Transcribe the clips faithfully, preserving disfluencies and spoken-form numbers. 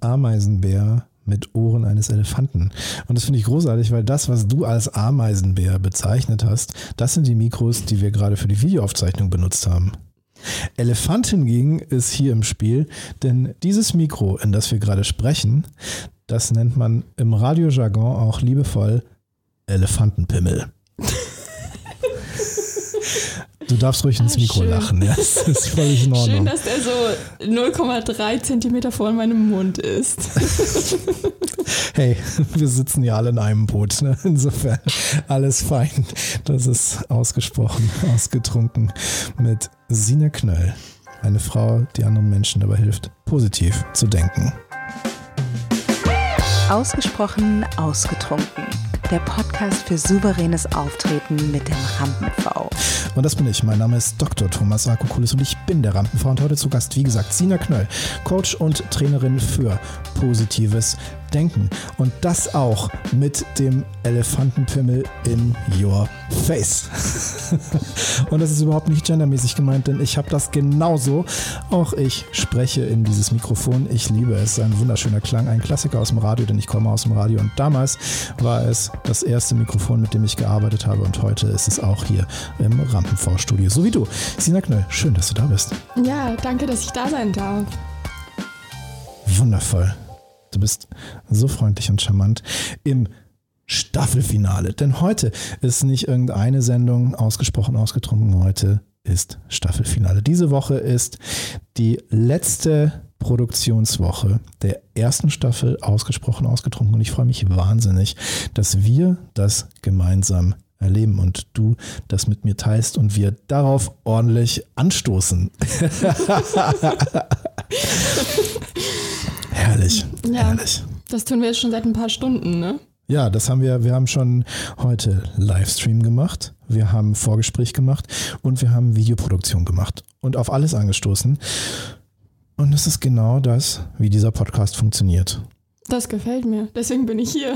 Ameisenbär mit Ohren eines Elefanten. Und das finde ich großartig, weil das, was du als Ameisenbär bezeichnet hast, das sind die Mikros, die wir gerade für die Videoaufzeichnung benutzt haben. Elefant hingegen ist hier im Spiel, denn dieses Mikro, in das wir gerade sprechen, das nennt man im Radiojargon auch liebevoll Elefantenpimmel. Du darfst ruhig ins Mikro ah, lachen, ja. Das ist völlig in Ordnung. Schön, dass der so null Komma drei Zentimeter vor meinem Mund ist. Hey, wir sitzen ja alle in einem Boot, ne? Insofern alles fein. Das ist ausgesprochen, ausgetrunken mit Sine Knöll. Eine Frau, die anderen Menschen dabei hilft, positiv zu denken. Ausgesprochen, ausgetrunken. Der Podcast für souveränes Auftreten mit dem Rampen-V. Und das bin ich. Mein Name ist Doktor Thomas Sarkokulis und ich bin der Rampen-V und heute zu Gast, wie gesagt, Sine Knöll, Coach und Trainerin für positives Denken. Und das auch mit dem Elefantenpimmel in your face. Und das ist überhaupt nicht gendermäßig gemeint, denn ich habe das genauso. Auch ich spreche in dieses Mikrofon. Ich liebe es. Ein wunderschöner Klang, ein Klassiker aus dem Radio, denn ich komme aus dem Radio. Und damals war es das erste Mikrofon, mit dem ich gearbeitet habe. Und heute ist es auch hier im Rampen-V-Studio. So wie du. Sine Knöll, schön, dass du da bist. Ja, danke, dass ich da sein darf. Wundervoll. Du bist so freundlich und charmant im Staffelfinale. Denn heute ist nicht irgendeine Sendung ausgesprochen ausgetrunken. Heute ist Staffelfinale. Diese Woche ist die letzte Produktionswoche der ersten Staffel ausgesprochen ausgetrunken. Und ich freue mich wahnsinnig, dass wir das gemeinsam erleben und du das mit mir teilst und wir darauf ordentlich anstoßen. Herrlich, ja, herrlich. Das tun wir jetzt schon seit ein paar Stunden, ne? Ja, das haben wir, wir haben schon heute Livestream gemacht, wir haben Vorgespräch gemacht und wir haben Videoproduktion gemacht und auf alles angestoßen. Und es ist genau das, wie dieser Podcast funktioniert. Das gefällt mir, deswegen bin ich hier.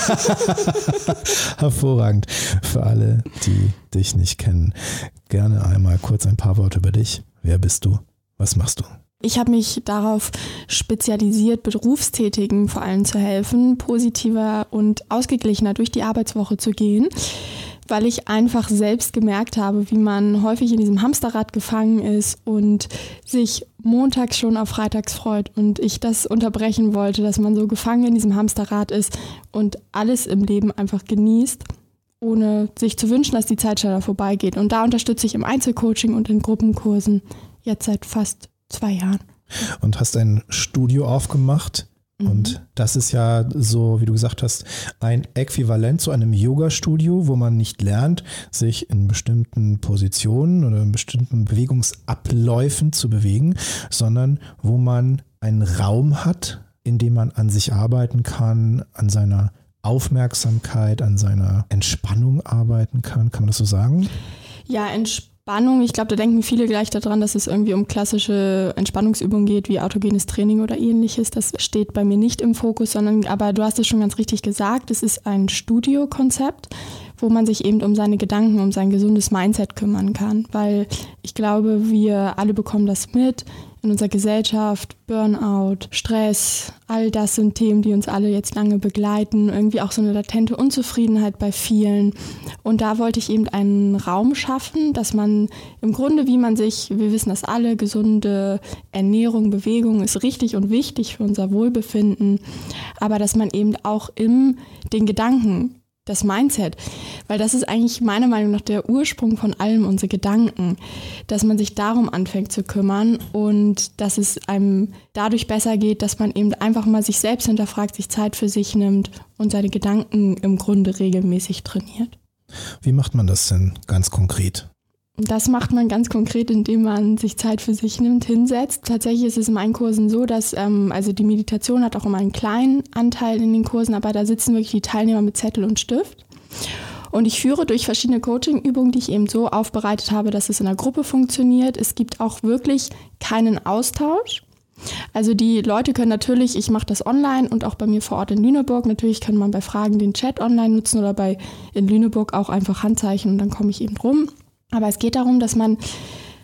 Hervorragend. Für alle, die dich nicht kennen, gerne einmal kurz ein paar Worte über dich. Wer bist du? Was machst du? Ich habe mich darauf spezialisiert, Berufstätigen vor allem zu helfen, positiver und ausgeglichener durch die Arbeitswoche zu gehen, weil ich einfach selbst gemerkt habe, wie man häufig in diesem Hamsterrad gefangen ist und sich montags schon auf freitags freut und ich das unterbrechen wollte, dass man so gefangen in diesem Hamsterrad ist und alles im Leben einfach genießt, ohne sich zu wünschen, dass die Zeit schneller vorbeigeht. Und da unterstütze ich im Einzelcoaching und in Gruppenkursen jetzt seit fast zwei Jahren. Und hast ein Studio aufgemacht mhm. und das ist ja so, wie du gesagt hast, ein Äquivalent zu einem Yoga-Studio, wo man nicht lernt, sich in bestimmten Positionen oder in bestimmten Bewegungsabläufen zu bewegen, sondern wo man einen Raum hat, in dem man an sich arbeiten kann, an seiner Aufmerksamkeit, an seiner Entspannung arbeiten kann. Kann man das so sagen? Ja, Entspannung. Entspannung, ich glaube, da denken viele gleich daran, dass es irgendwie um klassische Entspannungsübungen geht, wie autogenes Training oder ähnliches. Das steht bei mir nicht im Fokus, sondern, aber du hast es schon ganz richtig gesagt, es ist ein Studiokonzept, wo man sich eben um seine Gedanken, um sein gesundes Mindset kümmern kann, weil ich glaube, wir alle bekommen das mit in unserer Gesellschaft, Burnout, Stress, all das sind Themen, die uns alle jetzt lange begleiten, irgendwie auch so eine latente Unzufriedenheit bei vielen. Und da wollte ich eben einen Raum schaffen, dass man im Grunde, wie man sich, wir wissen das alle, gesunde Ernährung, Bewegung ist richtig und wichtig für unser Wohlbefinden, aber dass man eben auch in den Gedanken, das Mindset, weil das ist eigentlich meiner Meinung nach der Ursprung von allem, unsere Gedanken, dass man sich darum anfängt zu kümmern und dass es einem dadurch besser geht, dass man eben einfach mal sich selbst hinterfragt, sich Zeit für sich nimmt und seine Gedanken im Grunde regelmäßig trainiert. Wie macht man das denn ganz konkret? Das macht man ganz konkret, indem man sich Zeit für sich nimmt, hinsetzt. Tatsächlich ist es in meinen Kursen so, dass ähm, also die Meditation hat auch immer einen kleinen Anteil in den Kursen, aber da sitzen wirklich die Teilnehmer mit Zettel und Stift. Und ich führe durch verschiedene Coaching-Übungen, die ich eben so aufbereitet habe, dass es in der Gruppe funktioniert. Es gibt auch wirklich keinen Austausch. Also die Leute können natürlich, ich mache das online und auch bei mir vor Ort in Lüneburg, natürlich kann man bei Fragen den Chat online nutzen oder bei in Lüneburg auch einfach Handzeichen und dann komme ich eben rum. Aber es geht darum, dass man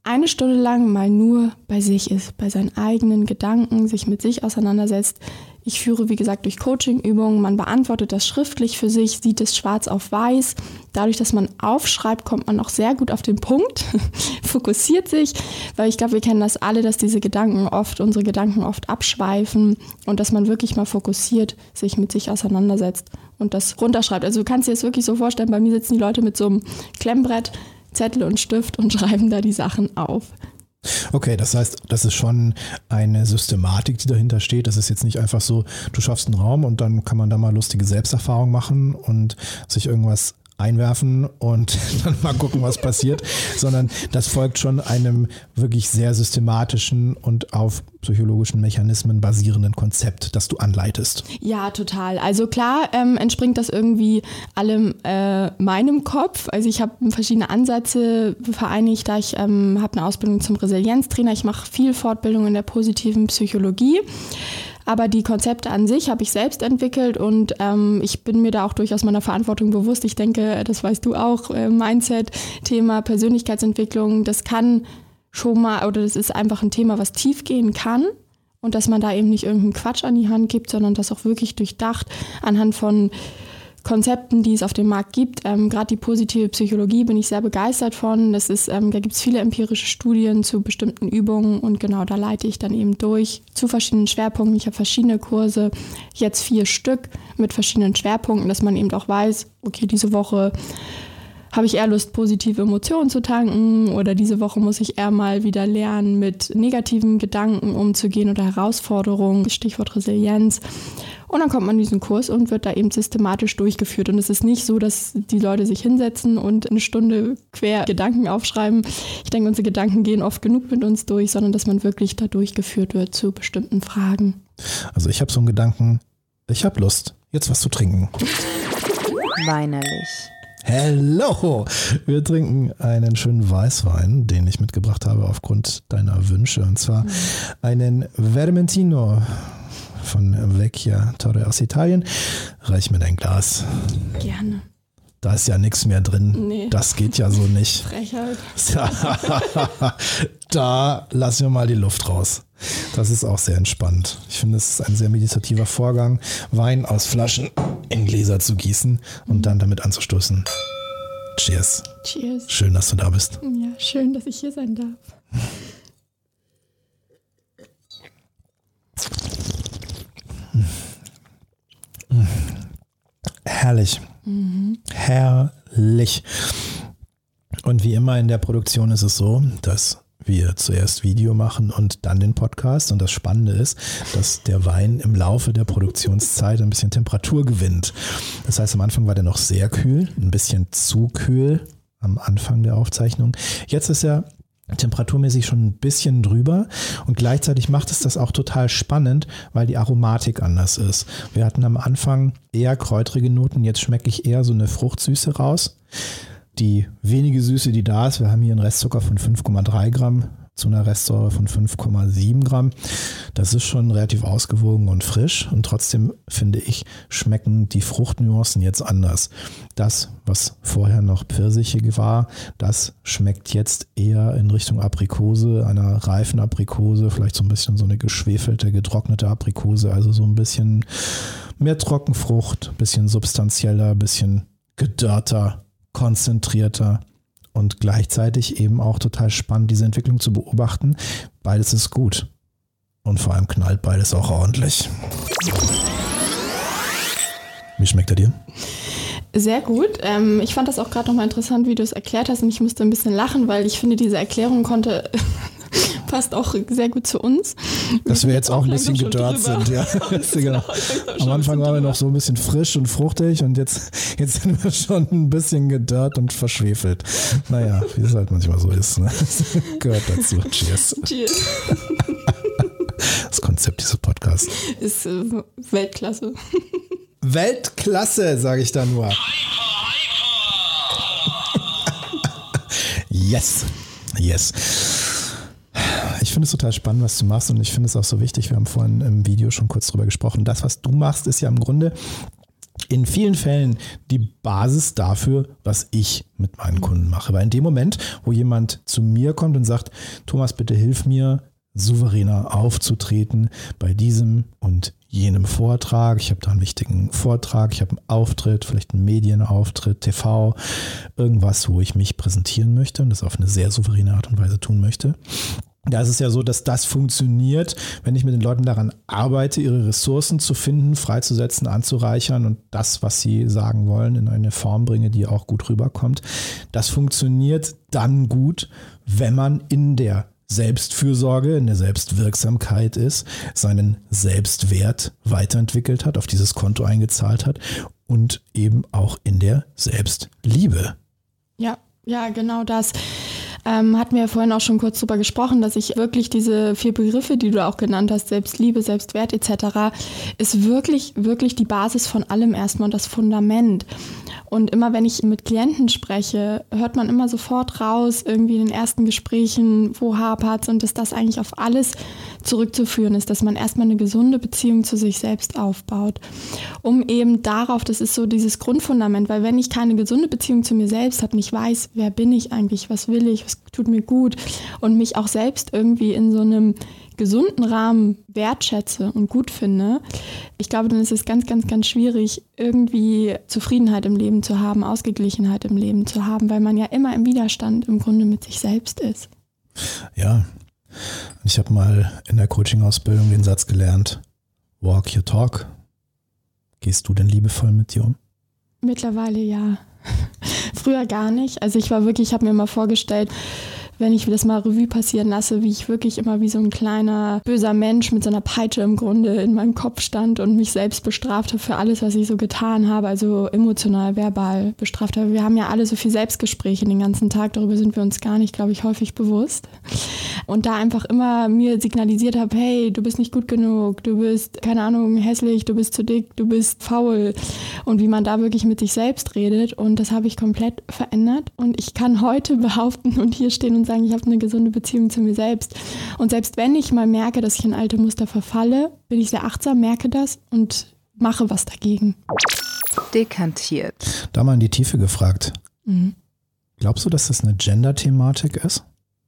eine Stunde lang mal nur bei sich ist, bei seinen eigenen Gedanken, sich mit sich auseinandersetzt. Ich führe, wie gesagt, durch Coaching-Übungen, man beantwortet das schriftlich für sich, sieht es schwarz auf weiß. Dadurch, dass man aufschreibt, kommt man auch sehr gut auf den Punkt, fokussiert sich, weil ich glaube, wir kennen das alle, dass diese Gedanken oft, unsere Gedanken oft abschweifen und dass man wirklich mal fokussiert sich mit sich auseinandersetzt und das runterschreibt. Also du kannst dir das wirklich so vorstellen, bei mir sitzen die Leute mit so einem Klemmbrett, Zettel und Stift und schreiben da die Sachen auf. Okay, das heißt, das ist schon eine Systematik, die dahinter steht. Das ist jetzt nicht einfach so, du schaffst einen Raum und dann kann man da mal lustige Selbsterfahrung machen und sich irgendwas einwerfen und dann mal gucken, was passiert, sondern das folgt schon einem wirklich sehr systematischen und auf psychologischen Mechanismen basierenden Konzept, das du anleitest. Ja, total. Also klar ähm, entspringt das irgendwie allem äh, meinem Kopf. Also ich habe verschiedene Ansätze vereinigt, da ich ähm, habe eine Ausbildung zum Resilienztrainer, ich mache viel Fortbildung in der positiven Psychologie. Aber die Konzepte an sich habe ich selbst entwickelt und ähm, ich bin mir da auch durchaus meiner Verantwortung bewusst. Ich denke, das weißt du auch, äh, Mindset, Thema Persönlichkeitsentwicklung, das kann schon mal, oder das ist einfach ein Thema, was tief gehen kann und dass man da eben nicht irgendeinen Quatsch an die Hand gibt, sondern das auch wirklich durchdacht anhand von Konzepten, die es auf dem Markt gibt. Ähm, gerade die positive Psychologie bin ich sehr begeistert von. Das ist, ähm, da gibt es viele empirische Studien zu bestimmten Übungen und genau da leite ich dann eben durch zu verschiedenen Schwerpunkten. Ich habe verschiedene Kurse, jetzt vier Stück mit verschiedenen Schwerpunkten, dass man eben auch weiß, okay, diese Woche habe ich eher Lust, positive Emotionen zu tanken oder diese Woche muss ich eher mal wieder lernen, mit negativen Gedanken umzugehen oder Herausforderungen, Stichwort Resilienz. Und dann kommt man in diesen Kurs und wird da eben systematisch durchgeführt. Und es ist nicht so, dass die Leute sich hinsetzen und eine Stunde quer Gedanken aufschreiben. Ich denke, unsere Gedanken gehen oft genug mit uns durch, sondern dass man wirklich da durchgeführt wird zu bestimmten Fragen. Also ich habe so einen Gedanken, ich habe Lust, jetzt was zu trinken. Weinerlich. Hello! Wir trinken einen schönen Weißwein, den ich mitgebracht habe aufgrund deiner Wünsche. Und zwar mhm. einen Vermentino von Vecchia Torre aus Italien. Reich mir dein Glas. Gerne. Da ist ja nichts mehr drin. Nee. Das geht ja so nicht. Frechheit. Da lassen wir mal die Luft raus. Das ist auch sehr entspannt. Ich finde, es ist ein sehr meditativer Vorgang, Wein aus Flaschen in Gläser zu gießen und dann damit anzustoßen. Cheers. Cheers. Schön, dass du da bist. Ja, schön, dass ich hier sein darf. Herrlich. Mhm. Herrlich. Und wie immer in der Produktion ist es so, dass wir zuerst Video machen und dann den Podcast. Und das Spannende ist, dass der Wein im Laufe der Produktionszeit ein bisschen Temperatur gewinnt. Das heißt, am Anfang war der noch sehr kühl, ein bisschen zu kühl am Anfang der Aufzeichnung. Jetzt ist er temperaturmäßig schon ein bisschen drüber und gleichzeitig macht es das auch total spannend, weil die Aromatik anders ist. Wir hatten am Anfang eher kräutrige Noten, jetzt schmecke ich eher so eine Fruchtsüße raus. Die wenige Süße, die da ist, wir haben hier einen Restzucker von fünf Komma drei Gramm zu einer Restsäure von fünf Komma sieben Gramm. Das ist schon relativ ausgewogen und frisch und trotzdem, finde ich, schmecken die Fruchtnuancen jetzt anders. Das, was vorher noch pfirsichig war, das schmeckt jetzt eher in Richtung Aprikose, einer reifen Aprikose, vielleicht so ein bisschen so eine geschwefelte, getrocknete Aprikose, also so ein bisschen mehr Trockenfrucht, bisschen substanzieller, bisschen gedörrter, konzentrierter und gleichzeitig eben auch total spannend, diese Entwicklung zu beobachten. Beides ist gut und vor allem knallt beides auch ordentlich. Wie schmeckt er dir? Sehr gut. Ähm, ich fand das auch gerade nochmal interessant, wie du es erklärt hast und ich musste ein bisschen lachen, weil ich finde, diese Erklärung konnte passt auch sehr gut zu uns. Dass wir jetzt auch ein bisschen gedörrt sind. Ja. Genau. Am Anfang waren wir noch so ein bisschen frisch und fruchtig und jetzt, jetzt sind wir schon ein bisschen gedörrt und verschwefelt. Naja, wie es halt manchmal so ist. Ne? Das gehört dazu. Cheers. Cheers. Das Konzept dieses Podcasts ist äh, Weltklasse. Weltklasse, sage ich da nur. Yes. Yes. Ich finde es total spannend, was du machst und ich finde es auch so wichtig. Wir haben vorhin im Video schon kurz drüber gesprochen. Das, was du machst, ist ja im Grunde in vielen Fällen die Basis dafür, was ich mit meinen Kunden mache. Weil in dem Moment, wo jemand zu mir kommt und sagt, Thomas, bitte hilf mir, souveräner aufzutreten bei diesem und jenem Vortrag. Ich habe da einen wichtigen Vortrag, ich habe einen Auftritt, vielleicht einen Medienauftritt, T V, irgendwas, wo ich mich präsentieren möchte und das auf eine sehr souveräne Art und Weise tun möchte. Da ist es ja so, dass das funktioniert, wenn ich mit den Leuten daran arbeite, ihre Ressourcen zu finden, freizusetzen, anzureichern und das, was sie sagen wollen, in eine Form bringe, die auch gut rüberkommt. Das funktioniert dann gut, wenn man in der Selbstfürsorge, in der Selbstwirksamkeit ist, seinen Selbstwert weiterentwickelt hat, auf dieses Konto eingezahlt hat und eben auch in der Selbstliebe. Ja, ja, genau das. Ähm, hatten wir ja vorhin auch schon kurz drüber gesprochen, dass ich wirklich diese vier Begriffe, die du auch genannt hast, Selbstliebe, Selbstwert et cetera, ist wirklich, wirklich die Basis von allem erstmal und das Fundament. Und immer wenn ich mit Klienten spreche, hört man immer sofort raus, irgendwie in den ersten Gesprächen, wo hapert's und dass das eigentlich auf alles zurückzuführen ist, dass man erstmal eine gesunde Beziehung zu sich selbst aufbaut, um eben darauf, das ist so dieses Grundfundament, weil wenn ich keine gesunde Beziehung zu mir selbst habe, nicht weiß, wer bin ich eigentlich, was will ich, was tut mir gut und mich auch selbst irgendwie in so einem gesunden Rahmen wertschätze und gut finde, ich glaube, dann ist es ganz, ganz, ganz schwierig, irgendwie Zufriedenheit im Leben zu haben, Ausgeglichenheit im Leben zu haben, weil man ja immer im Widerstand im Grunde mit sich selbst ist. Ja, ich habe mal in der Coaching-Ausbildung den Satz gelernt, walk your talk. Gehst du denn liebevoll mit dir um? Mittlerweile ja. Früher gar nicht. Also ich war wirklich, ich habe mir immer vorgestellt, wenn ich das mal Revue passieren lasse, wie ich wirklich immer wie so ein kleiner böser Mensch mit so einer Peitsche im Grunde in meinem Kopf stand und mich selbst bestraft habe für alles, was ich so getan habe, also emotional, verbal bestraft habe. Wir haben ja alle so viel Selbstgespräche den ganzen Tag, darüber sind wir uns gar nicht, glaube ich, häufig bewusst. Und da einfach immer mir signalisiert habe, hey, du bist nicht gut genug, du bist, keine Ahnung, hässlich, du bist zu dick, du bist faul. Und wie man da wirklich mit sich selbst redet. Und das habe ich komplett verändert. Und ich kann heute behaupten und hier stehen und sagen, ich habe eine gesunde Beziehung zu mir selbst. Und selbst wenn ich mal merke, dass ich in alte Muster verfalle, bin ich sehr achtsam, merke das und mache was dagegen. Dekantiert. Da mal in die Tiefe gefragt. Mhm. Glaubst du, dass das eine Gender-Thematik ist?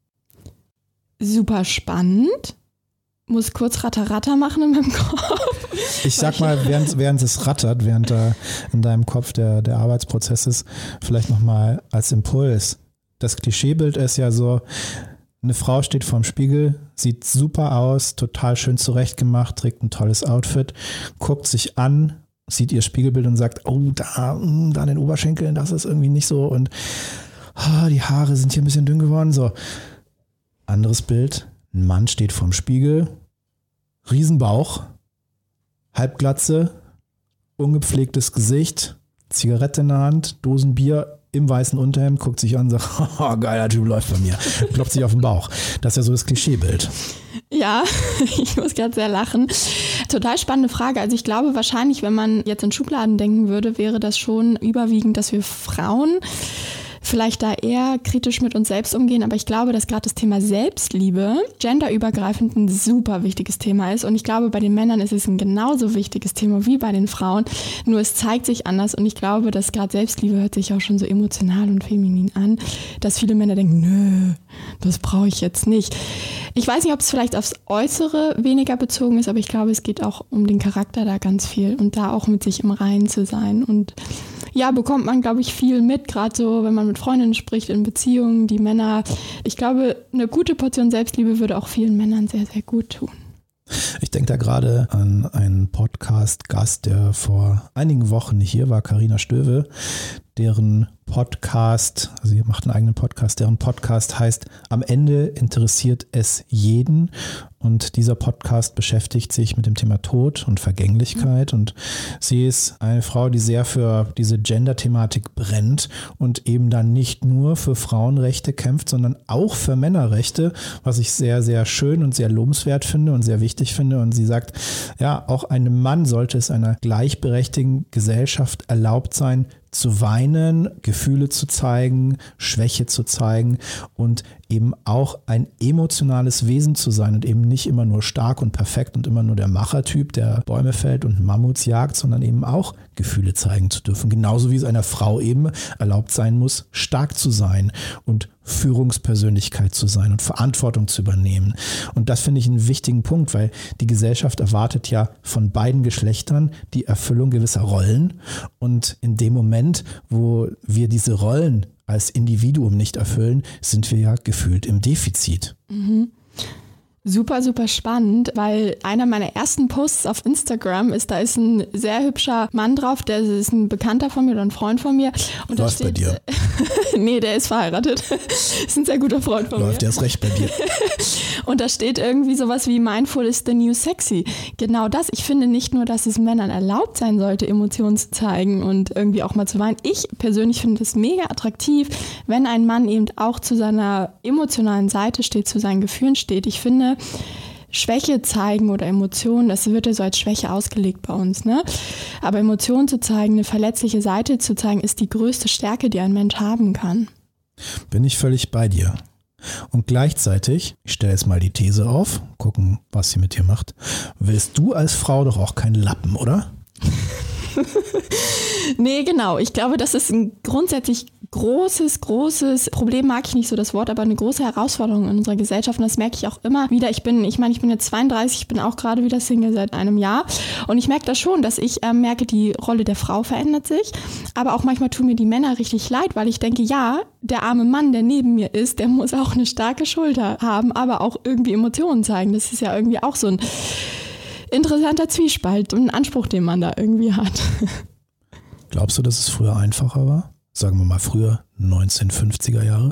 Super spannend. Muss kurz Ratter-Ratter machen in meinem Kopf. Ich sag mal, während, während es rattert, während da in deinem Kopf der, der Arbeitsprozess ist, vielleicht nochmal als Impuls. Das Klischeebild ist ja so, eine Frau steht vorm Spiegel, sieht super aus, total schön zurechtgemacht, trägt ein tolles Outfit, guckt sich an, sieht ihr Spiegelbild und sagt, oh, da, da an den Oberschenkeln, das ist irgendwie nicht so und oh, die Haare sind hier ein bisschen dünn geworden. So, anderes Bild, ein Mann steht vorm Spiegel, Riesenbauch, Halbglatze, ungepflegtes Gesicht, Zigarette in der Hand, Dosen Bier im weißen Unterhemd, guckt sich an und sagt, oh, geiler Typ läuft bei mir, klopft sich auf den Bauch. Das ist ja so das Klischeebild. Ja, ich muss gerade sehr lachen. Total spannende Frage. Also ich glaube wahrscheinlich, wenn man jetzt in Schubladen denken würde, wäre das schon überwiegend, dass wir Frauen vielleicht da eher kritisch mit uns selbst umgehen, aber ich glaube, dass gerade das Thema Selbstliebe genderübergreifend ein super wichtiges Thema ist und ich glaube, bei den Männern ist es ein genauso wichtiges Thema wie bei den Frauen, nur es zeigt sich anders und ich glaube, dass gerade Selbstliebe hört sich auch schon so emotional und feminin an, dass viele Männer denken, nö, das brauche ich jetzt nicht. Ich weiß nicht, ob es vielleicht aufs Äußere weniger bezogen ist, aber ich glaube, es geht auch um den Charakter da ganz viel und da auch mit sich im Reinen zu sein und ja, bekommt man, glaube ich, viel mit, gerade so, wenn man mit Freundinnen spricht, in Beziehungen, die Männer. Ich glaube, eine gute Portion Selbstliebe würde auch vielen Männern sehr, sehr gut tun. Ich denke da gerade an einen Podcast-Gast, der vor einigen Wochen hier war, Carina Stöwe, deren Podcast, also sie macht einen eigenen Podcast, deren Podcast heißt Am Ende interessiert es jeden und dieser Podcast beschäftigt sich mit dem Thema Tod und Vergänglichkeit und sie ist eine Frau, die sehr für diese Gender-Thematik brennt und eben dann nicht nur für Frauenrechte kämpft, sondern auch für Männerrechte, was ich sehr, sehr schön und sehr lobenswert finde und sehr wichtig finde und sie sagt, ja, auch einem Mann sollte es einer gleichberechtigten Gesellschaft erlaubt sein, zu weinen, Gefühle Gefühle zu zeigen, Schwäche zu zeigen und eben auch ein emotionales Wesen zu sein und eben nicht immer nur stark und perfekt und immer nur der Machertyp, der Bäume fällt und Mammuts jagt, sondern eben auch Gefühle zeigen zu dürfen. Genauso wie es einer Frau eben erlaubt sein muss, stark zu sein und Führungspersönlichkeit zu sein und Verantwortung zu übernehmen. Und das finde ich einen wichtigen Punkt, weil die Gesellschaft erwartet ja von beiden Geschlechtern die Erfüllung gewisser Rollen. Und in dem Moment, wo wir diese Rollen als Individuum nicht erfüllen, sind wir ja gefühlt im Defizit. Mhm. Super, super spannend, weil einer meiner ersten Posts auf Instagram ist, da ist ein sehr hübscher Mann drauf, der ist ein Bekannter von mir oder ein Freund von mir. Und Läuft steht, bei dir? Nee, der ist verheiratet. Ist ein sehr guter Freund von Läuft, mir. Läuft, der ist recht bei dir. Und da steht irgendwie sowas wie Mindful is the new sexy. Genau das. Ich finde nicht nur, dass es Männern erlaubt sein sollte, Emotionen zu zeigen und irgendwie auch mal zu weinen. Ich persönlich finde es mega attraktiv, wenn ein Mann eben auch zu seiner emotionalen Seite steht, zu seinen Gefühlen steht. Ich finde, Schwäche zeigen oder Emotionen, das wird ja so als Schwäche ausgelegt bei uns, ne? Aber Emotionen zu zeigen, eine verletzliche Seite zu zeigen, ist die größte Stärke, die ein Mensch haben kann. Bin ich völlig bei dir. Und gleichzeitig, ich stelle jetzt mal die These auf, gucken, was sie mit dir macht, willst du als Frau doch auch keinen Lappen, oder? Nee, genau. Ich glaube, das ist ein grundsätzlich großes, großes Problem, mag ich nicht so das Wort, aber eine große Herausforderung in unserer Gesellschaft. Und das merke ich auch immer wieder. Ich bin, ich meine, ich bin jetzt zweiunddreißig, ich bin auch gerade wieder Single seit einem Jahr. Und ich merke das schon, dass ich äh, merke, die Rolle der Frau verändert sich. Aber auch manchmal tun mir die Männer richtig leid, weil ich denke, ja, der arme Mann, der neben mir ist, der muss auch eine starke Schulter haben, aber auch irgendwie Emotionen zeigen. Das ist ja irgendwie auch so ein interessanter Zwiespalt und ein Anspruch, den man da irgendwie hat. Glaubst du, dass es früher einfacher war? Sagen wir mal früher, neunzehnhundertfünfziger Jahre?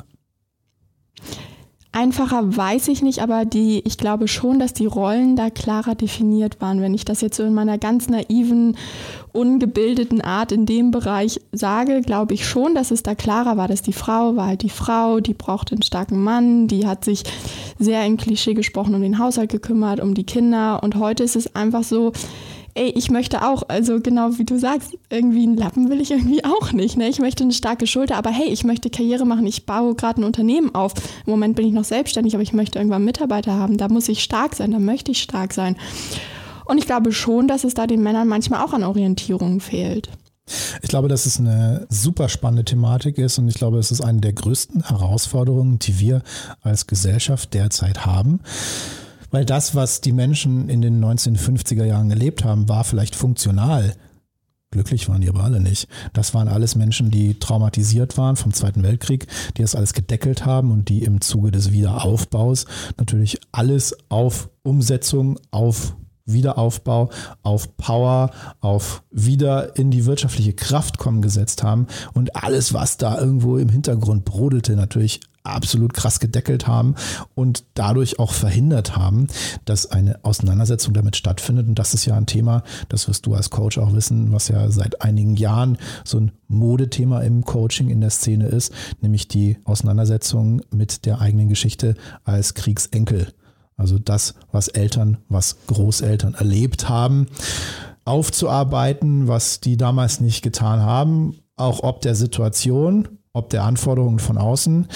Einfacher weiß ich nicht, aber die, ich glaube schon, dass die Rollen da klarer definiert waren. Wenn ich das jetzt so in meiner ganz naiven, ungebildeten Art in dem Bereich sage, glaube ich schon, dass es da klarer war, dass die Frau war halt die Frau, die brauchte einen starken Mann, die hat sich sehr in Klischee gesprochen um den Haushalt gekümmert, um die Kinder. Und heute ist es einfach so, ey, ich möchte auch, also genau wie du sagst, irgendwie einen Lappen will ich irgendwie auch nicht. Ne? Ich möchte eine starke Schulter, aber hey, ich möchte Karriere machen, ich baue gerade ein Unternehmen auf. Im Moment bin ich noch selbstständig, aber ich möchte irgendwann Mitarbeiter haben. Da muss ich stark sein, da möchte ich stark sein. Und ich glaube schon, dass es da den Männern manchmal auch an Orientierung fehlt. Ich glaube, dass es eine super spannende Thematik ist und ich glaube, es ist eine der größten Herausforderungen, die wir als Gesellschaft derzeit haben. Weil das, was die Menschen in den neunzehnhundertfünfziger Jahren gelebt haben, war vielleicht funktional. Glücklich waren die aber alle nicht. Das waren alles Menschen, die traumatisiert waren vom Zweiten Weltkrieg, die das alles gedeckelt haben und die im Zuge des Wiederaufbaus natürlich alles auf Umsetzung, auf Wiederaufbau, auf Power, auf wieder in die wirtschaftliche Kraft kommen gesetzt haben und alles, was da irgendwo im Hintergrund brodelte, natürlich absolut krass gedeckelt haben und dadurch auch verhindert haben, dass eine Auseinandersetzung damit stattfindet. Und das ist ja ein Thema, das wirst du als Coach auch wissen, was ja seit einigen Jahren so ein Modethema im Coaching in der Szene ist, nämlich die Auseinandersetzung mit der eigenen Geschichte als Kriegsenkel. Also das, was Eltern, was Großeltern erlebt haben, aufzuarbeiten, was die damals nicht getan haben, auch ob der Situation, ob der Anforderungen von außen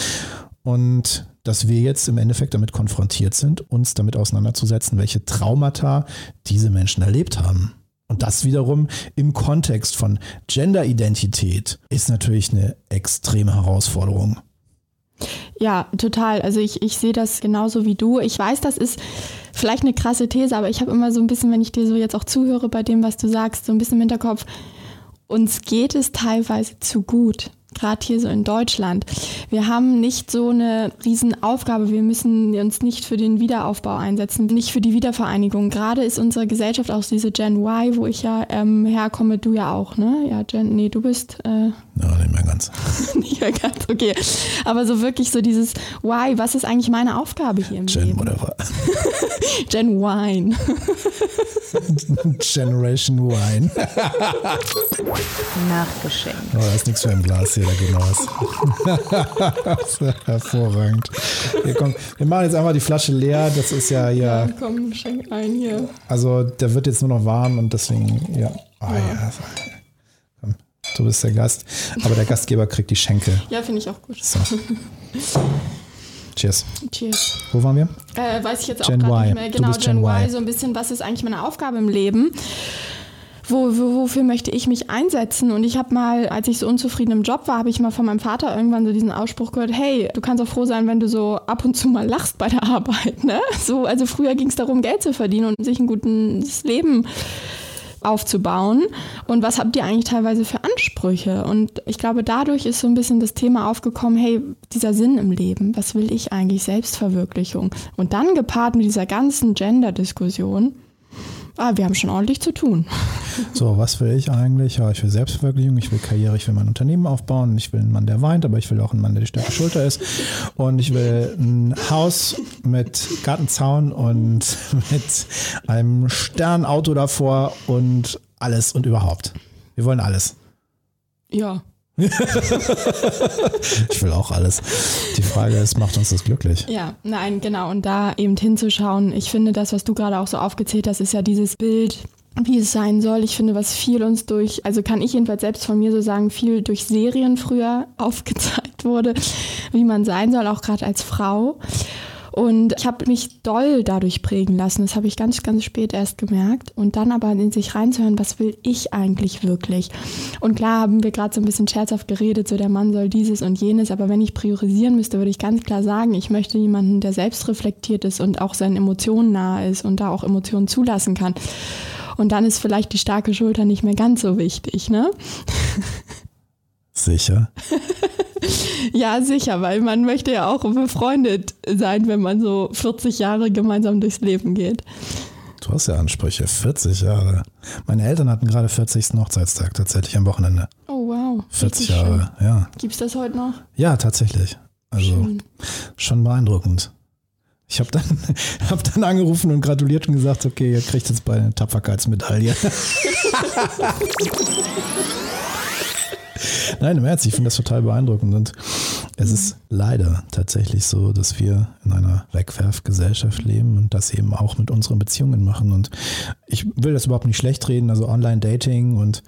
und dass wir jetzt im Endeffekt damit konfrontiert sind, uns damit auseinanderzusetzen, welche Traumata diese Menschen erlebt haben. Und das wiederum im Kontext von Genderidentität ist natürlich eine extreme Herausforderung. Ja, total. Also ich, ich sehe das genauso wie du. Ich weiß, das ist vielleicht eine krasse These, aber ich habe immer so ein bisschen, wenn ich dir so jetzt auch zuhöre bei dem, was du sagst, so ein bisschen im Hinterkopf, uns geht es teilweise zu gut. Gerade hier so in Deutschland. Wir haben nicht so eine Riesenaufgabe. Wir müssen uns nicht für den Wiederaufbau einsetzen, nicht für die Wiedervereinigung. Gerade ist unsere Gesellschaft auch diese Gen Y, wo ich ja ähm, herkomme, du ja auch, ne? Ja, Gen, nee, du bist... Äh, ja, nicht mehr ganz. nicht mehr ganz, okay. Aber so wirklich so dieses Y, was ist eigentlich meine Aufgabe hier im Gen Leben? whatever. Gen Wine. Generation Wine. Nachgeschenkt. Oh, da ist nichts mehr im Glas hier, da geht was. Hervorragend. Hier, komm, wir machen jetzt einfach die Flasche leer. Das ist ja hier. Ja, komm, schenk ein hier. Also der wird jetzt nur noch warm und deswegen, ja. Oh, ja. Ja. Komm. Du bist der Gast, aber der Gastgeber kriegt die Schenkel. Ja, finde ich auch gut. So. Cheers. Cheers. Wo waren wir? Äh, weiß ich jetzt Gen auch gerade Y. nicht mehr. Du Genau, bist Gen, Gen Y. Y. So ein bisschen, was ist eigentlich meine Aufgabe im Leben? Wo, wo, wofür möchte ich mich einsetzen? Und ich habe mal, als ich so unzufrieden im Job war, habe ich mal von meinem Vater irgendwann so diesen Ausspruch gehört, hey, du kannst auch froh sein, wenn du so ab und zu mal lachst bei der Arbeit. Ne? So, also früher ging es darum, Geld zu verdienen und sich ein gutes Leben aufzubauen. Und was habt ihr eigentlich teilweise für Ansprüche? Und ich glaube, dadurch ist so ein bisschen das Thema aufgekommen, hey, dieser Sinn im Leben, was will ich eigentlich? Selbstverwirklichung. Und dann gepaart mit dieser ganzen Gender-Diskussion, ah, wir haben schon ordentlich zu tun. So, was will ich eigentlich? Ja, ich will Selbstverwirklichung, ich will Karriere, ich will mein Unternehmen aufbauen, ich will einen Mann, der weint, aber ich will auch einen Mann, der die starke Schulter ist. Und ich will ein Haus mit Gartenzaun und mit einem Sternauto davor und alles und überhaupt. Wir wollen alles. Ja. Ich will auch alles. Die Frage ist, macht uns das glücklich? Ja, nein, genau. Und da eben hinzuschauen. Ich finde, das, was du gerade auch so aufgezählt hast, ist ja dieses Bild, wie es sein soll. Ich finde, was viel uns durch, also kann ich jedenfalls selbst von mir so sagen, viel durch Serien früher aufgezeigt wurde, wie man sein soll, auch gerade als Frau. Und ich habe mich doll dadurch prägen lassen. Das habe ich ganz, ganz spät erst gemerkt. Und dann aber in sich reinzuhören, was will ich eigentlich wirklich? Und klar haben wir gerade so ein bisschen scherzhaft geredet, so der Mann soll dieses und jenes. Aber wenn ich priorisieren müsste, würde ich ganz klar sagen, ich möchte jemanden, der selbst reflektiert ist und auch seinen Emotionen nahe ist und da auch Emotionen zulassen kann. Und dann ist vielleicht die starke Schulter nicht mehr ganz so wichtig, ne? Sicher. Ja, sicher, weil man möchte ja auch befreundet sein, wenn man so vierzig Jahre gemeinsam durchs Leben geht. Du hast ja Ansprüche, vierzig Jahre. Meine Eltern hatten gerade vierzigsten Hochzeitstag tatsächlich am Wochenende. Oh wow. vierzig Jahre, schön. Ja. Gibt's das heute noch? Ja, tatsächlich. Also Schön. Schon beeindruckend. Ich habe dann, hab dann angerufen und gratuliert und gesagt, okay, ihr kriegt jetzt bald eine Tapferkeitsmedaille. Nein, im Ernst, ich finde das total beeindruckend und es ist leider tatsächlich so, dass wir in einer Wegwerfgesellschaft leben und das eben auch mit unseren Beziehungen machen und ich will das überhaupt nicht schlecht reden, also Online-Dating und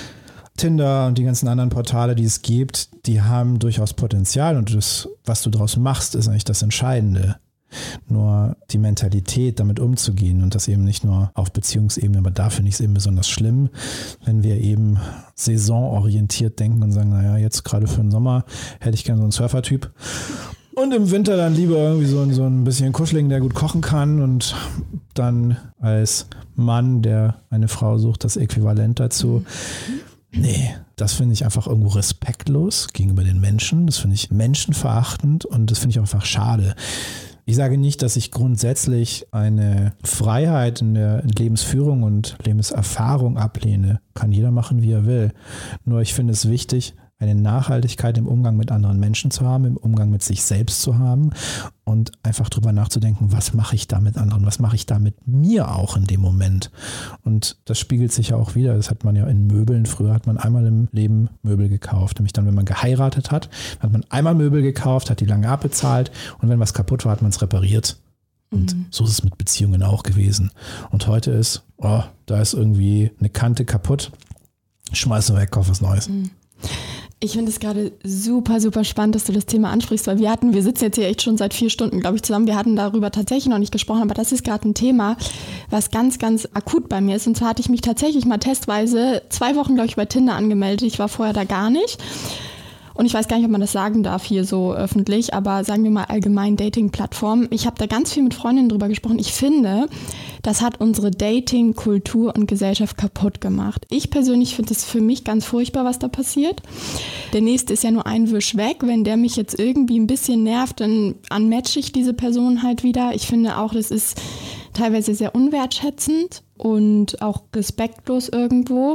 Tinder und die ganzen anderen Portale, die es gibt, die haben durchaus Potenzial und das, was du daraus machst, ist eigentlich das Entscheidende. Nur die Mentalität, damit umzugehen und das eben nicht nur auf Beziehungsebene, aber da finde ich es eben besonders schlimm, wenn wir eben saisonorientiert denken und sagen, naja, jetzt gerade für den Sommer hätte ich gerne so einen Surfer-Typ und im Winter dann lieber irgendwie so, so ein bisschen Kuschling, der gut kochen kann und dann als Mann, der eine Frau sucht, das Äquivalent dazu. Nee, das finde ich einfach irgendwo respektlos gegenüber den Menschen, das finde ich menschenverachtend und das finde ich auch einfach schade. Ich sage nicht, dass ich grundsätzlich eine Freiheit in der Lebensführung und Lebenserfahrung ablehne. Kann jeder machen, wie er will. Nur ich finde es wichtig, eine Nachhaltigkeit im Umgang mit anderen Menschen zu haben, im Umgang mit sich selbst zu haben und einfach drüber nachzudenken, was mache ich da mit anderen, was mache ich da mit mir auch in dem Moment. Und das spiegelt sich ja auch wieder, das hat man ja in Möbeln, früher hat man einmal im Leben Möbel gekauft, nämlich dann, wenn man geheiratet hat, hat man einmal Möbel gekauft, hat die lange abbezahlt und wenn was kaputt war, hat man es repariert. Und mhm. so ist es mit Beziehungen auch gewesen. Und heute ist, oh, da ist irgendwie eine Kante kaputt, schmeiß nur weg, kauf was Neues. Mhm. Ich finde es gerade super, super spannend, dass du das Thema ansprichst, weil wir hatten, wir sitzen jetzt hier echt schon seit vier Stunden, glaube ich, zusammen. Wir hatten darüber tatsächlich noch nicht gesprochen, aber das ist gerade ein Thema, was ganz, ganz akut bei mir ist. Und zwar hatte ich mich tatsächlich mal testweise zwei Wochen, glaube ich, bei Tinder angemeldet. Ich war vorher da gar nicht. Und ich weiß gar nicht, ob man das sagen darf hier so öffentlich, aber sagen wir mal allgemein Dating-Plattformen. Ich habe da ganz viel mit Freundinnen drüber gesprochen. Ich finde, das hat unsere Dating-Kultur und Gesellschaft kaputt gemacht. Ich persönlich finde es für mich ganz furchtbar, was da passiert. Der nächste ist ja nur ein Wisch weg. Wenn der mich jetzt irgendwie ein bisschen nervt, dann unmatche ich diese Person halt wieder. Ich finde auch, das ist teilweise sehr unwertschätzend und auch respektlos irgendwo.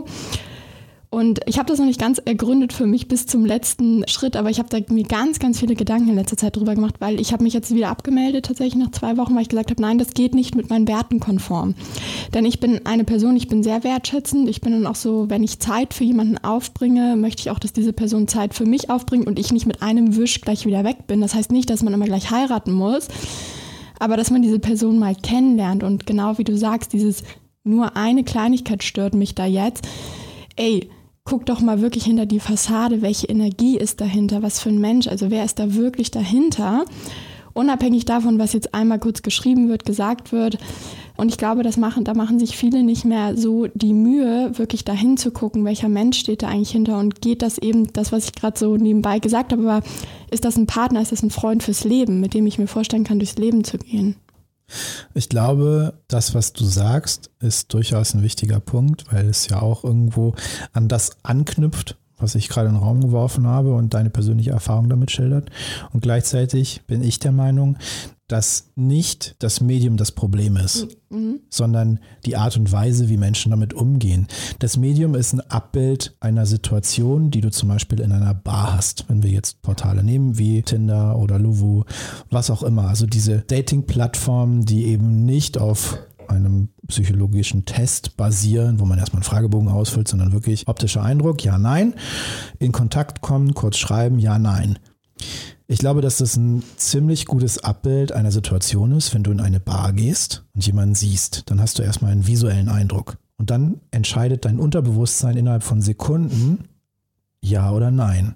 Und ich habe das noch nicht ganz ergründet für mich bis zum letzten Schritt, aber ich habe da mir ganz, ganz viele Gedanken in letzter Zeit drüber gemacht, weil ich habe mich jetzt wieder abgemeldet tatsächlich nach zwei Wochen, weil ich gesagt habe, nein, das geht nicht mit meinen Werten konform. Denn ich bin eine Person, ich bin sehr wertschätzend, ich bin dann auch so, wenn ich Zeit für jemanden aufbringe, möchte ich auch, dass diese Person Zeit für mich aufbringt und ich nicht mit einem Wisch gleich wieder weg bin. Das heißt nicht, dass man immer gleich heiraten muss, aber dass man diese Person mal kennenlernt und genau wie du sagst, dieses nur eine Kleinigkeit stört mich da jetzt. Ey, guck doch mal wirklich hinter die Fassade, welche Energie ist dahinter, was für ein Mensch, also wer ist da wirklich dahinter, unabhängig davon, was jetzt einmal kurz geschrieben wird, gesagt wird. Und ich glaube, das machen, da machen sich viele nicht mehr so die Mühe, wirklich dahin zu gucken, welcher Mensch steht da eigentlich hinter und geht das eben, das, was ich gerade so nebenbei gesagt habe, aber ist das ein Partner, ist das ein Freund fürs Leben, mit dem ich mir vorstellen kann, durchs Leben zu gehen? Ich glaube, das, was du sagst, ist durchaus ein wichtiger Punkt, weil es ja auch irgendwo an das anknüpft, was ich gerade in den Raum geworfen habe und deine persönliche Erfahrung damit schildert. Und gleichzeitig bin ich der Meinung, dass nicht das Medium das Problem ist, mhm. sondern die Art und Weise, wie Menschen damit umgehen. Das Medium ist ein Abbild einer Situation, die du zum Beispiel in einer Bar hast, wenn wir jetzt Portale nehmen wie Tinder oder Luvu, was auch immer. Also diese Dating-Plattformen, die eben nicht auf einem psychologischen Test basieren, wo man erstmal einen Fragebogen ausfüllt, sondern wirklich optischer Eindruck, ja, nein, in Kontakt kommen, kurz schreiben, ja, nein. Ich glaube, dass das ein ziemlich gutes Abbild einer Situation ist, wenn du in eine Bar gehst und jemanden siehst, dann hast du erstmal einen visuellen Eindruck und dann entscheidet dein Unterbewusstsein innerhalb von Sekunden, ja oder nein.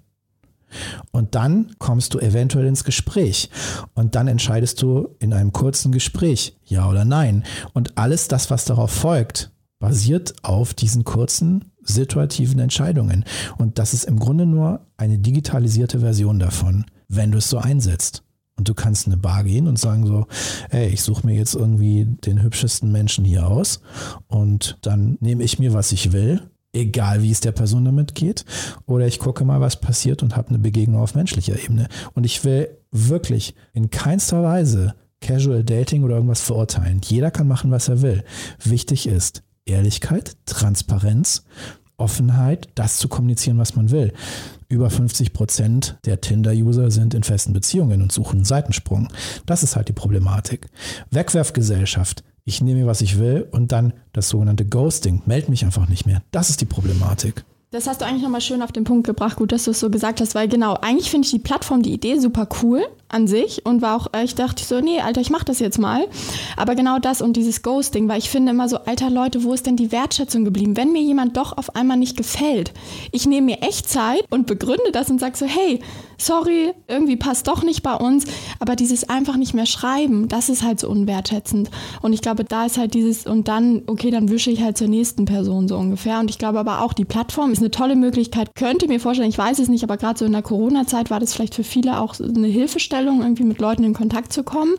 Und dann kommst du eventuell ins Gespräch und dann entscheidest du in einem kurzen Gespräch, ja oder nein. Und alles das, was darauf folgt, basiert auf diesen kurzen situativen Entscheidungen. Und das ist im Grunde nur eine digitalisierte Version davon, wenn du es so einsetzt. Und du kannst in eine Bar gehen und sagen so, ey, ich suche mir jetzt irgendwie den hübschesten Menschen hier aus und dann nehme ich mir, was ich will, egal wie es der Person damit geht, oder ich gucke mal, was passiert und habe eine Begegnung auf menschlicher Ebene. Und ich will wirklich in keinster Weise Casual Dating oder irgendwas verurteilen. Jeder kann machen, was er will. Wichtig ist Ehrlichkeit, Transparenz, Offenheit, das zu kommunizieren, was man will. Über fünfzig Prozent der Tinder-User sind in festen Beziehungen und suchen einen Seitensprung. Das ist halt die Problematik. Wegwerfgesellschaft. Ich nehme mir, was ich will und dann das sogenannte Ghosting. Meld mich einfach nicht mehr. Das ist die Problematik. Das hast du eigentlich nochmal schön auf den Punkt gebracht. Gut, dass du es so gesagt hast, weil genau, eigentlich finde ich die Plattform, die Idee super cool an sich und war auch, ich dachte so, nee, Alter, ich mach das jetzt mal. Aber genau das und dieses Ghosting, weil ich finde immer so, alter Leute, wo ist denn die Wertschätzung geblieben? Wenn mir jemand doch auf einmal nicht gefällt, ich nehme mir echt Zeit und begründe das und sage so, hey, sorry, irgendwie passt doch nicht bei uns, aber dieses einfach nicht mehr schreiben, das ist halt so unwertschätzend. Und ich glaube, da ist halt dieses und dann, okay, dann wische ich halt zur nächsten Person so ungefähr. Und ich glaube aber auch, die Plattform ist eine tolle Möglichkeit, könnte mir vorstellen, ich weiß es nicht, aber gerade so in der Corona-Zeit war das vielleicht für viele auch eine Hilfestellung, irgendwie mit Leuten in Kontakt zu kommen.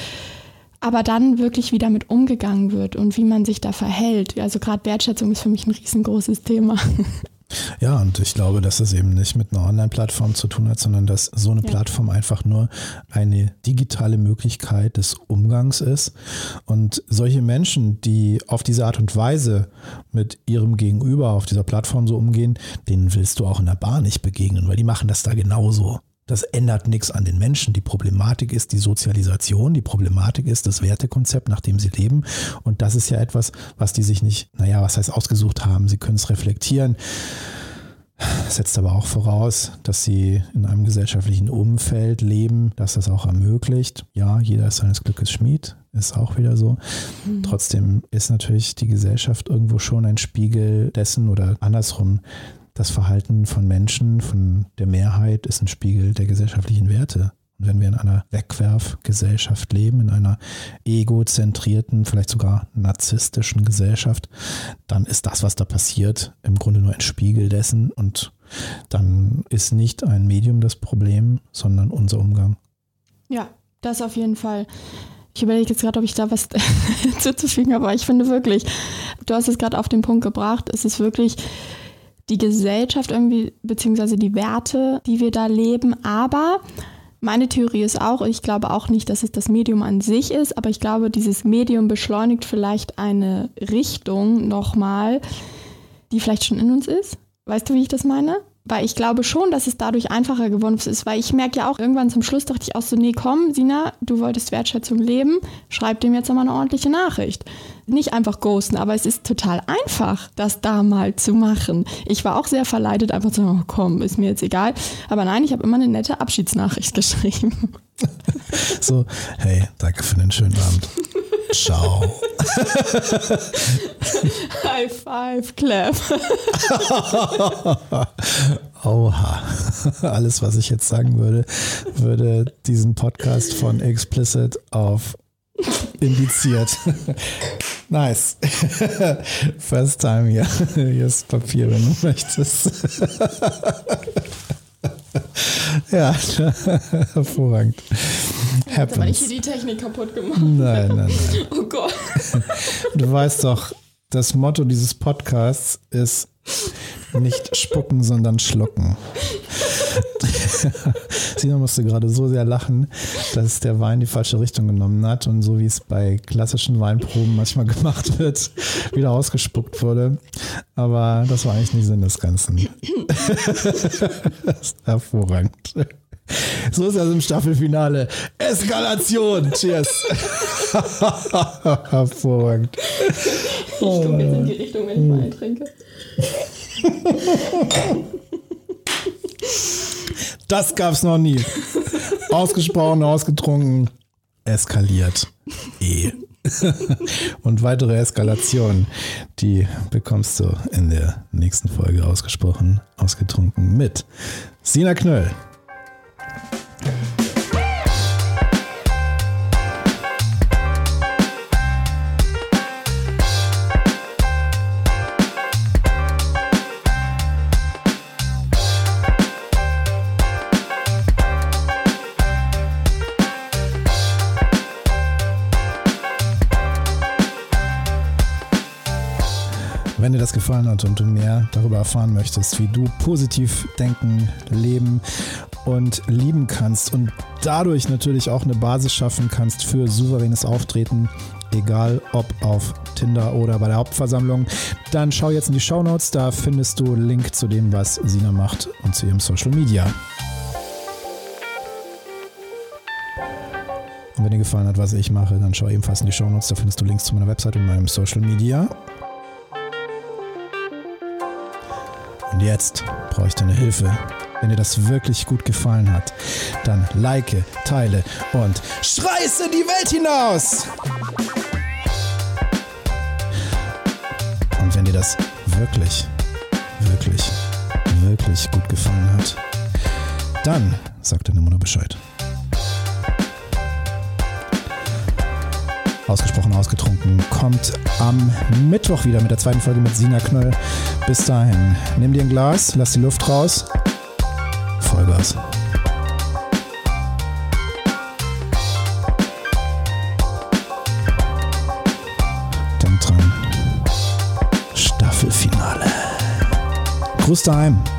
Aber dann wirklich, wie damit umgegangen wird und wie man sich da verhält. Also gerade Wertschätzung ist für mich ein riesengroßes Thema. Ja, und ich glaube, dass es eben nicht mit einer Online-Plattform zu tun hat, sondern dass so eine ja. Plattform einfach nur eine digitale Möglichkeit des Umgangs ist. Und solche Menschen, die auf diese Art und Weise mit ihrem Gegenüber auf dieser Plattform so umgehen, denen willst du auch in der Bar nicht begegnen, weil die machen das da genauso. Das ändert nichts an den Menschen. Die Problematik ist die Sozialisation, die Problematik ist das Wertekonzept, nach dem sie leben. Und das ist ja etwas, was die sich nicht, naja, was heißt ausgesucht haben. Sie können es reflektieren. Setzt aber auch voraus, dass sie in einem gesellschaftlichen Umfeld leben, das das auch ermöglicht. Ja, jeder ist seines Glückes Schmied, ist auch wieder so. Mhm. Trotzdem ist natürlich die Gesellschaft irgendwo schon ein Spiegel dessen oder andersrum. Das Verhalten von Menschen, von der Mehrheit, ist ein Spiegel der gesellschaftlichen Werte. Und wenn wir in einer Wegwerfgesellschaft leben, in einer egozentrierten, vielleicht sogar narzisstischen Gesellschaft, dann ist das, was da passiert, im Grunde nur ein Spiegel dessen. Und dann ist nicht ein Medium das Problem, sondern unser Umgang. Ja, das auf jeden Fall. Ich überlege jetzt gerade, ob ich da was zuzufügen habe, aber ich finde wirklich, du hast es gerade auf den Punkt gebracht, es ist wirklich die Gesellschaft irgendwie, beziehungsweise die Werte, die wir da leben. Aber meine Theorie ist auch, ich glaube auch nicht, dass es das Medium an sich ist, aber ich glaube, dieses Medium beschleunigt vielleicht eine Richtung nochmal, die vielleicht schon in uns ist. Weißt du, wie ich das meine? Weil ich glaube schon, dass es dadurch einfacher geworden ist, weil ich merke ja auch, irgendwann zum Schluss dachte ich auch so, nee, komm, Sina, du wolltest Wertschätzung leben, schreib dem jetzt nochmal eine ordentliche Nachricht. Nicht einfach ghosten, aber es ist total einfach, das da mal zu machen. Ich war auch sehr verleitet, einfach zu sagen, oh, komm, ist mir jetzt egal. Aber nein, ich habe immer eine nette Abschiedsnachricht geschrieben. So, hey, danke für den schönen Abend. Ciao. High five, clap. Oha. Alles, was ich jetzt sagen würde, würde diesen Podcast von explicit auf indiziert. Nice. First time hier. Hier ist Papier, wenn du möchtest. Ja, hervorragend. Happens. Aber ich hier die Technik kaputt gemacht. Nein, nein, nein. Oh Gott. Du weißt doch, das Motto dieses Podcasts ist nicht spucken, sondern schlucken. Sina musste gerade so sehr lachen, dass der Wein die falsche Richtung genommen hat und so wie es bei klassischen Weinproben manchmal gemacht wird, wieder ausgespuckt wurde. Aber das war eigentlich nicht Sinn des Ganzen. Das ist hervorragend. So ist also im Staffelfinale. Eskalation. Cheers. Hervorragend. Ich gucke jetzt in die Richtung, wenn ich Wein trinke. Das gab's noch nie. Ausgesprochen, ausgetrunken, eskaliert. Eh. Und weitere Eskalationen, die bekommst du in der nächsten Folge ausgesprochen, ausgetrunken mit Sina Knöll. Wenn dir das gefallen hat und du mehr darüber erfahren möchtest, wie du positiv denken, leben und lieben kannst und dadurch natürlich auch eine Basis schaffen kannst für souveränes Auftreten, egal ob auf Tinder oder bei der Hauptversammlung, dann schau jetzt in die Shownotes, da findest du Link zu dem, was Sina macht und zu ihrem Social Media. Und wenn dir gefallen hat, was ich mache, dann schau ebenfalls in die Shownotes, da findest du Links zu meiner Website und meinem Social Media. Und jetzt brauche ich deine Hilfe. Wenn dir das wirklich gut gefallen hat, dann like, teile und schrei es in die Welt hinaus! Und wenn dir das wirklich, wirklich, wirklich gut gefallen hat, dann sag deine Mutter Bescheid. Ausgesprochen ausgetrunken kommt am Mittwoch wieder mit der zweiten Folge mit Sina Knöll. Bis dahin, nimm dir ein Glas, lass die Luft raus. Vollgas. Denk dran. Staffelfinale. Gruß daheim.